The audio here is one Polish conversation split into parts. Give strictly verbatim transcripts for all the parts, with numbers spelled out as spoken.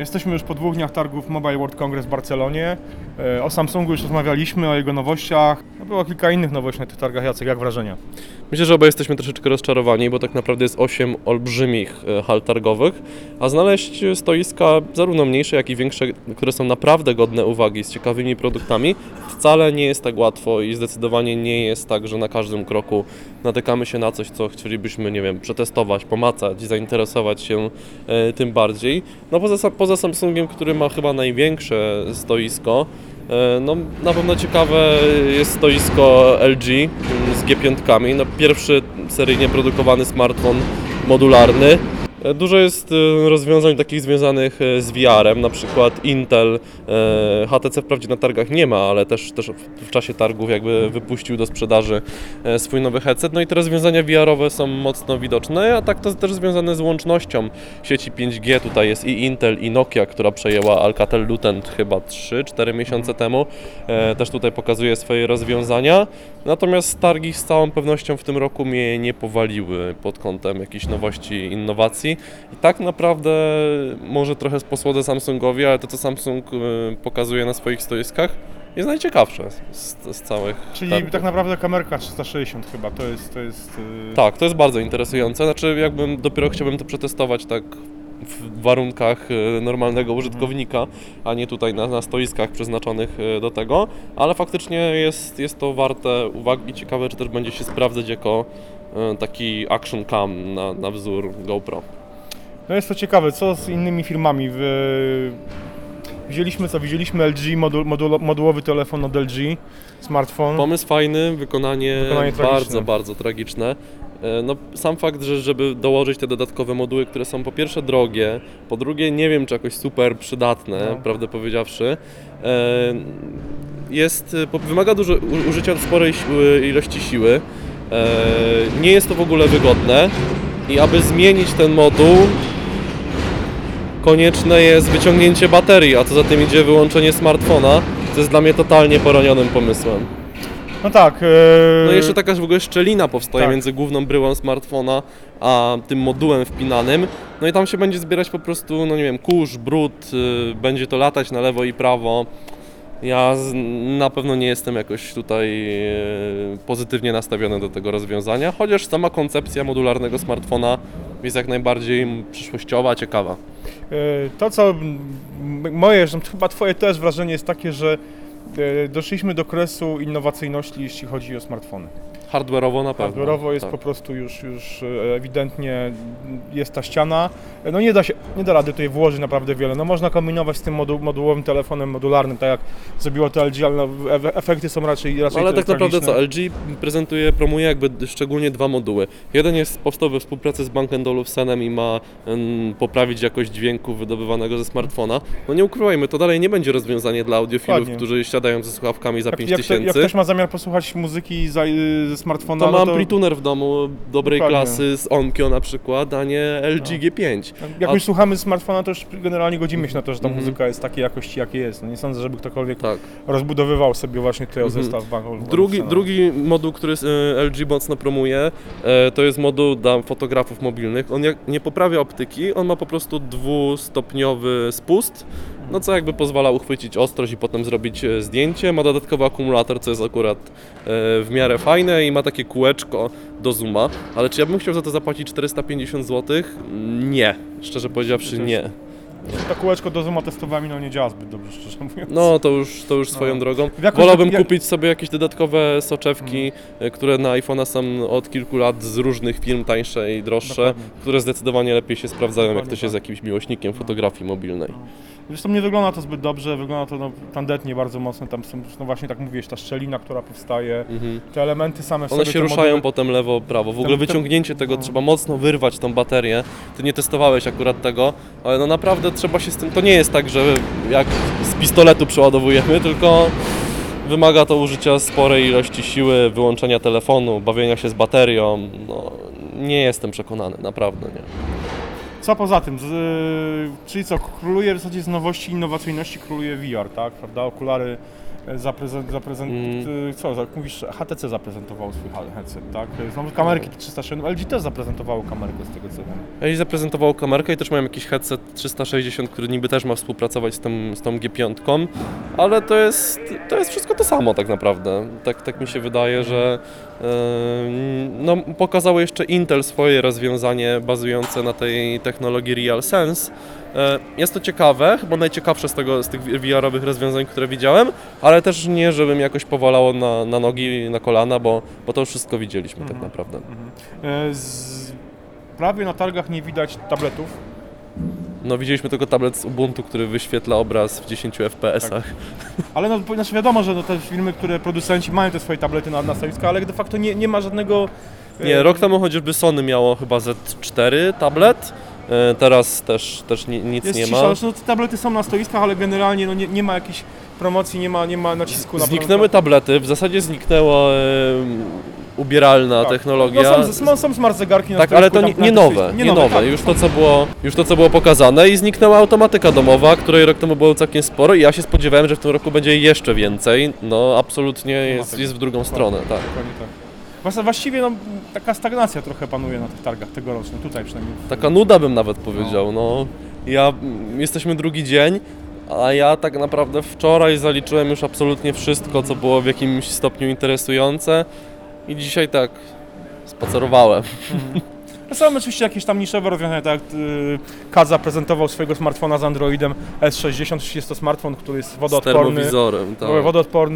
Jesteśmy już po dwóch dniach targów Mobile World Congress w Barcelonie. O Samsungu już rozmawialiśmy, o jego nowościach. No było kilka innych nowości na tych targach. Jacek, jak wrażenia? Myślę, że obaj jesteśmy troszeczkę rozczarowani, bo tak naprawdę jest osiem olbrzymich hal targowych, a znaleźć stoiska zarówno mniejsze, jak i większe, które są naprawdę godne uwagi, z ciekawymi produktami, wcale nie jest tak łatwo i zdecydowanie nie jest tak, że na każdym kroku natykamy się na coś, co chcielibyśmy, nie wiem, przetestować, pomacać, zainteresować się e, tym bardziej. No poza, poza Samsungiem, który ma chyba największe stoisko, no, na pewno ciekawe jest stoisko L G z G pięć. No, pierwszy seryjnie produkowany smartfon modularny. Dużo jest rozwiązań takich związanych z V R-em, na przykład Intel, H T C wprawdzie na targach nie ma, ale też, też w czasie targów jakby wypuścił do sprzedaży swój nowy headset. No i te rozwiązania V R-owe są mocno widoczne, a tak to też związane z łącznością sieci pięć G. Tutaj jest i Intel, i Nokia, która przejęła Alcatel Lucent chyba trzy cztery miesiące temu. Też tutaj pokazuje swoje rozwiązania. Natomiast targi z całą pewnością w tym roku mnie nie powaliły pod kątem jakichś nowości, innowacji. I tak naprawdę może trochę posłodzę Samsungowi, ale to, co Samsung pokazuje na swoich stoiskach, jest najciekawsze z, z całych Czyli targów. tak naprawdę kamerka trzysta sześćdziesiąt chyba, to jest... To jest yy... Tak, to jest bardzo interesujące. Znaczy jakbym dopiero chciałbym to przetestować tak w warunkach normalnego użytkownika, a nie tutaj na, na stoiskach przeznaczonych do tego, ale faktycznie jest, jest to warte uwagi. Ciekawe, czy też będzie się sprawdzać jako taki action cam na, na wzór GoPro. No jest to ciekawe, co z innymi firmami? W... Widzieliśmy co? Widzieliśmy L G, modu, modu, modułowy telefon od L G, smartfon. Pomysł fajny, wykonanie, wykonanie bardzo, tragiczne. bardzo tragiczne. No, sam fakt, że żeby dołożyć te dodatkowe moduły, które są po pierwsze drogie, po drugie nie wiem, czy jakoś super przydatne, no. prawdę powiedziawszy, jest, wymaga dużo, użycia sporej ilości siły, nie jest to w ogóle wygodne i aby zmienić ten moduł, konieczne jest wyciągnięcie baterii, a co za tym idzie wyłączenie smartfona, co jest dla mnie totalnie poronionym pomysłem. No tak. Yy... No i jeszcze taka w ogóle szczelina powstaje tak. między główną bryłą smartfona a tym modułem wpinanym. No i tam się będzie zbierać po prostu, no nie wiem, kurz, brud, yy, będzie to latać na lewo i prawo. Ja z, na pewno nie jestem jakoś tutaj yy, pozytywnie nastawiony do tego rozwiązania, chociaż sama koncepcja modularnego smartfona jest jak najbardziej przyszłościowa, ciekawa. Yy, to co moje, chyba twoje też wrażenie jest takie, że doszliśmy do kresu innowacyjności, jeśli chodzi o smartfony. Hardware'owo na pewno. Hardware'owo jest tak. po prostu już, już ewidentnie jest ta ściana. No nie da się, nie da rady tutaj włożyć naprawdę wiele. No można kombinować z tym modu, modułowym telefonem modularnym, tak jak zrobiło to L G, ale no, efekty są raczej raczej no, Ale tak naprawdę tragiczne. co, L G prezentuje, promuje jakby szczególnie dwa moduły. Jeden jest powstał we współpracy z Bang and Olufsenem i ma um, poprawić jakość dźwięku wydobywanego ze smartfona. No nie ukrywajmy, to dalej nie będzie rozwiązanie dla audiofilów, Dokładnie. którzy siadają ze słuchawkami za jak, pięć jak tysięcy. Jak ktoś ma zamiar posłuchać muzyki za, ze smartfona, to no mam to... Amplituner w domu dobrej Dokładnie. klasy z Onkyo na przykład, a nie L G G pięć. Jak a... już słuchamy smartfona, to już generalnie godzimy się na to, że ta mm-hmm. muzyka jest takiej jakości, jakiej jest. No nie sądzę, żeby ktokolwiek tak. rozbudowywał sobie właśnie tutaj mm-hmm. zestaw Bang drugi, drugi moduł, który L G mocno promuje, to jest moduł dla fotografów mobilnych. On nie poprawia optyki, on ma po prostu dwustopniowy spust, no co jakby pozwala uchwycić ostrość i potem zrobić zdjęcie. Ma dodatkowy akumulator, co jest akurat w miarę fajne i ma takie kółeczko do zooma. Ale czy ja bym chciał za to zapłacić czterysta pięćdziesiąt złotych? Nie. Szczerze powiedziawszy nie. To kółeczko do zooma testowami no nie działa zbyt dobrze, szczerze mówiąc. No to już, to już swoją no. drogą. Jakoś Wolałbym jak... kupić sobie jakieś dodatkowe soczewki, hmm. które na iPhone'a są od kilku lat z różnych firm, tańsze i droższe, Dokładnie. które zdecydowanie lepiej się sprawdzają, Dokładnie jak ktoś tak. jest jakimś miłośnikiem fotografii mobilnej. No. Zresztą nie wygląda to zbyt dobrze, wygląda to no, tandetnie bardzo mocno, tam są, no właśnie tak mówiłeś, ta szczelina, która powstaje, mm-hmm. te elementy same w One sobie... się ruszają moduły... potem lewo, prawo, w ogóle ten, wyciągnięcie ten... tego, no. trzeba mocno wyrwać tą baterię. Ty nie testowałeś akurat tego, ale no naprawdę trzeba się z tym, to nie jest tak, że jak z pistoletu przeładowujemy, tylko wymaga to użycia sporej ilości siły, wyłączenia telefonu, bawienia się z baterią, no nie jestem przekonany, naprawdę nie. Co poza tym, z, czyli co, króluje w zasadzie z nowości, innowacyjności króluje V R, tak, prawda, okulary Zaprezent, zaprezent, Mm. co, jak mówisz, H T C zaprezentowało swój headset, tak? Są kamerki trzysta sześćdziesiąt, L G też zaprezentowało kamerkę z tego co wiem. L G zaprezentował kamerkę i też mają jakiś headset trzysta sześćdziesiąt, który niby też ma współpracować z tą, z tą G pięć, ale to jest, to jest wszystko to samo tak naprawdę. Tak, tak mi się wydaje, że yy, no, pokazało jeszcze Intel swoje rozwiązanie bazujące na tej technologii RealSense. Jest to ciekawe, chyba najciekawsze z, tego, z tych V R-owych rozwiązań, które widziałem, ale też nie, żebym jakoś powalało na, na nogi, na kolana, bo, bo to już wszystko widzieliśmy Mhm. tak naprawdę. Mhm. Z... Prawie na targach nie widać tabletów. No widzieliśmy tylko tablet z Ubuntu, który wyświetla obraz w dziesięciu F P S-ach. Tak. Ale no, znaczy wiadomo, że no, te firmy, które producenci mają te swoje tablety na, na stoiska, ale de facto nie, nie ma żadnego... Nie, rok temu chociażby Sony miało chyba Z cztery tablet, teraz też, też ni, nic jest nie cisza, ma. znaczy, no, te tablety są na stoiskach, ale generalnie no, nie, nie ma jakiejś promocji, nie ma, nie ma nacisku na... Zniknęły tablety, w zasadzie zniknęła e, ubieralna tak. technologia. No, są, są smart zegarki na Tak, stoisku, ale to tam nie, na nie stoisku. nowe, nie, nowe, nowe. tak. Już to, co było, już to, co było pokazane i zniknęła automatyka domowa, której rok temu było całkiem sporo i ja się spodziewałem, że w tym roku będzie jeszcze więcej. No absolutnie jest, tego. jest w drugą stronę, tak. Dokładnie tak. Włas- Właściwie no, taka stagnacja trochę panuje na tych targach tegorocznych, tutaj przynajmniej. Taka nuda bym nawet powiedział, no. Ja, mm, jesteśmy drugi dzień, a ja tak naprawdę wczoraj zaliczyłem już absolutnie wszystko, co było w jakimś stopniu interesujące i dzisiaj tak spacerowałem. Są oczywiście jakieś tam niszowe rozwiązania, tak jak yy, K zaprezentował swojego smartfona z Androidem S sześćdziesiąt, jest to smartfon, który jest Z wodoodporny, termowizorem, tak. wodoodporny,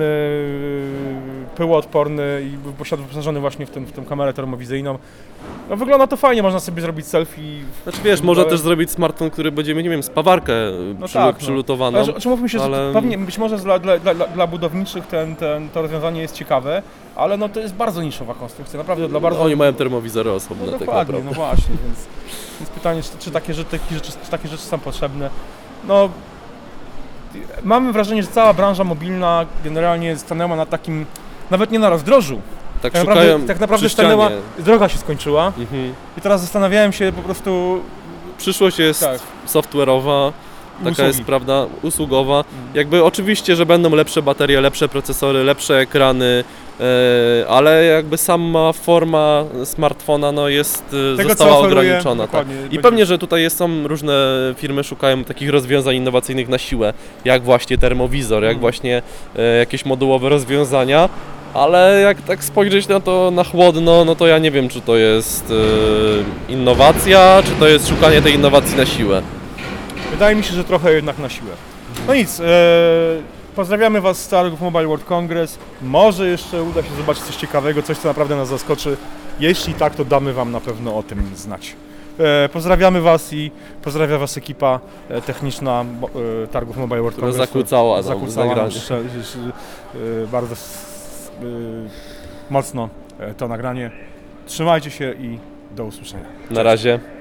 yy, pyłoodporny i posiada wyposażony właśnie w, ten, w tę kamerę termowizyjną. No, wygląda to fajnie, można sobie zrobić selfie. Znaczy wiesz, można ale- też zrobić smartfon, który będzie mieć, nie wiem, spawarkę No przy, tak, no. przylutowaną. Ale, czy mówmy się, ale- że pewnie być może dla, dla, dla, dla budowniczych ten, ten, to rozwiązanie jest ciekawe, ale no to jest bardzo niszowa konstrukcja, naprawdę dla bardzo... Oni mają termowizory osobne, No tak dokładnie, naprawdę. no właśnie, więc, więc pytanie, czy, czy, takie, rzeczy, takie rzeczy, czy takie rzeczy są potrzebne. No, mamy wrażenie, że cała branża mobilna generalnie stanęła na takim, nawet nie na rozdrożu. Tak, Tak szukają naprawdę, tak naprawdę przy ścianie. stanęła, droga się skończyła Mhm. i teraz zastanawiałem się po prostu... Przyszłość jest Tak. software'owa, taka Usługi. jest prawda, usługowa. Jakby oczywiście, że będą lepsze baterie, lepsze procesory, lepsze ekrany, e, ale jakby sama forma smartfona no, jest, e, Tego, co została oferuje, ograniczona. Tak. dokładnie, I będzie- pewnie, że tutaj jest, są różne firmy, szukają takich rozwiązań innowacyjnych na siłę, jak właśnie termowizor, jak Mhm. właśnie e, jakieś modułowe rozwiązania. Ale jak tak spojrzeć na to na chłodno, no to ja nie wiem, czy to jest e, innowacja, czy to jest szukanie tej innowacji na siłę. Wydaje mi się, że trochę jednak na siłę. No nic, e, pozdrawiamy Was z targów Mobile World Congress. Może jeszcze uda się zobaczyć coś ciekawego, coś co naprawdę nas zaskoczy. Jeśli tak, to damy Wam na pewno o tym znać. E, pozdrawiamy Was i pozdrawia Was ekipa e, techniczna mo, e, targów Mobile World Która Congress. zakłócała nam zakłócała nam nagranie. sze- sz- e, bardzo s- e, mocno e, to nagranie. Trzymajcie się i do usłyszenia. Na razie.